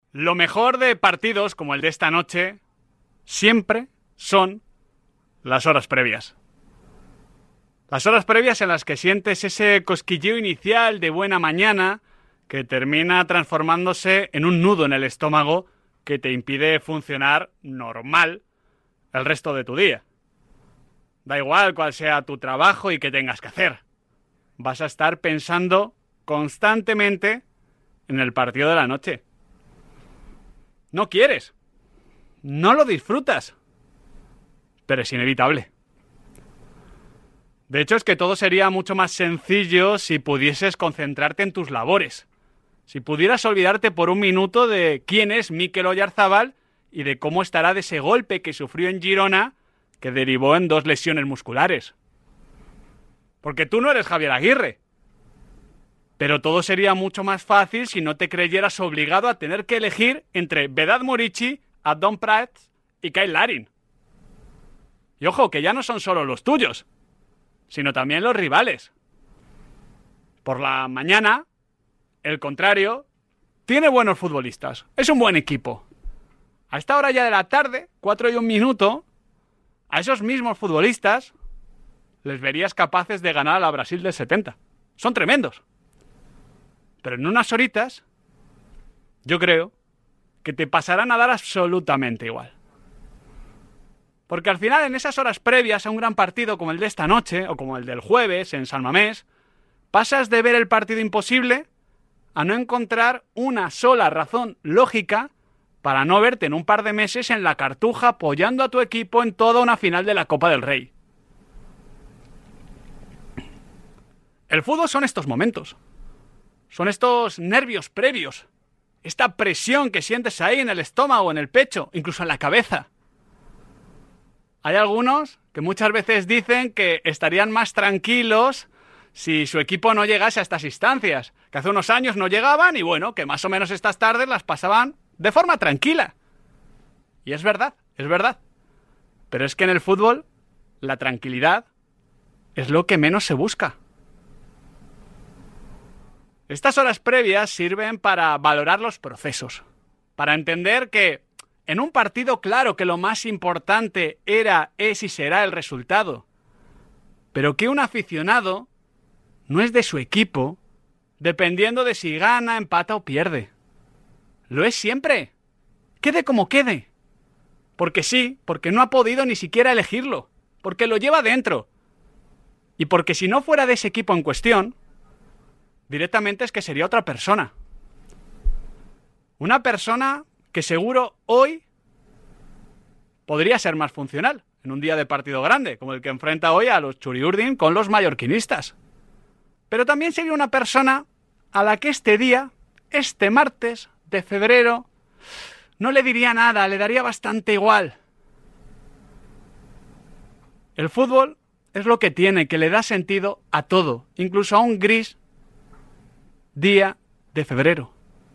Lo mejor de partidos como el de esta noche siempre son las horas previas. Las horas previas en las que sientes ese cosquilleo inicial de buena mañana que termina transformándose en un nudo en el estómago que te impide funcionar normal el resto de tu día. Da igual cuál sea tu trabajo y qué tengas que hacer. Vas a estar pensando constantemente en el partido de la noche. No quieres. No lo disfrutas. Pero es inevitable. De hecho, es que todo sería mucho más sencillo si pudieses concentrarte en tus labores. Si pudieras olvidarte por un minuto de quién es Mikel Oyarzabal y de cómo estará de ese golpe que sufrió en Girona que derivó en 2 lesiones musculares. Porque tú no eres Javier Aguirre. Pero todo sería mucho más fácil si no te creyeras obligado a tener que elegir entre Vedat Muriqi, Adnan Prats y Kyle Larin. Y ojo, que ya no son solo los tuyos, sino también los rivales. Por la mañana, el contrario, tiene buenos futbolistas. Es un buen equipo. A esta hora ya de la tarde, 4:01, a esos mismos futbolistas les verías capaces de ganar a la Brasil del 70. Son tremendos. Pero en unas horitas, yo creo que te pasarán a dar absolutamente igual. Porque al final, en esas horas previas a un gran partido como el de esta noche, o como el del jueves en San Mamés, pasas de ver el partido imposible a no encontrar una sola razón lógica para no verte en un par de meses en la Cartuja apoyando a tu equipo en toda una final de la Copa del Rey. El fútbol son estos momentos. Son estos nervios previos, esta presión que sientes ahí en el estómago, en el pecho, incluso en la cabeza. Hay algunos que muchas veces dicen que estarían más tranquilos si su equipo no llegase a estas instancias, que hace unos años no llegaban y bueno, que más o menos estas tardes las pasaban de forma tranquila. Y es verdad, es verdad. Pero es que en el fútbol la tranquilidad es lo que menos se busca. Estas horas previas sirven para valorar los procesos, para entender que en un partido claro que lo más importante era, es y será el resultado, pero que un aficionado no es de su equipo dependiendo de si gana, empata o pierde. Lo es siempre, quede como quede. Porque sí, porque no ha podido ni siquiera elegirlo, porque lo lleva dentro. Y porque si no fuera de ese equipo en cuestión, directamente es que sería otra persona. Una persona que seguro hoy podría ser más funcional en un día de partido grande, como el que enfrenta hoy a los Churiurdin con los mallorquinistas. Pero también sería una persona a la que este día, este martes de febrero, no le diría nada, le daría bastante igual. El fútbol es lo que tiene, que le da sentido a todo, incluso a un gris día de febrero.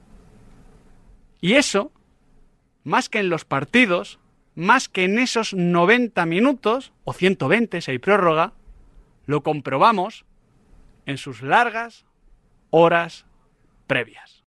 Y eso, más que en los partidos, más que en esos 90 minutos, o 120 si hay prórroga, lo comprobamos en sus largas horas previas.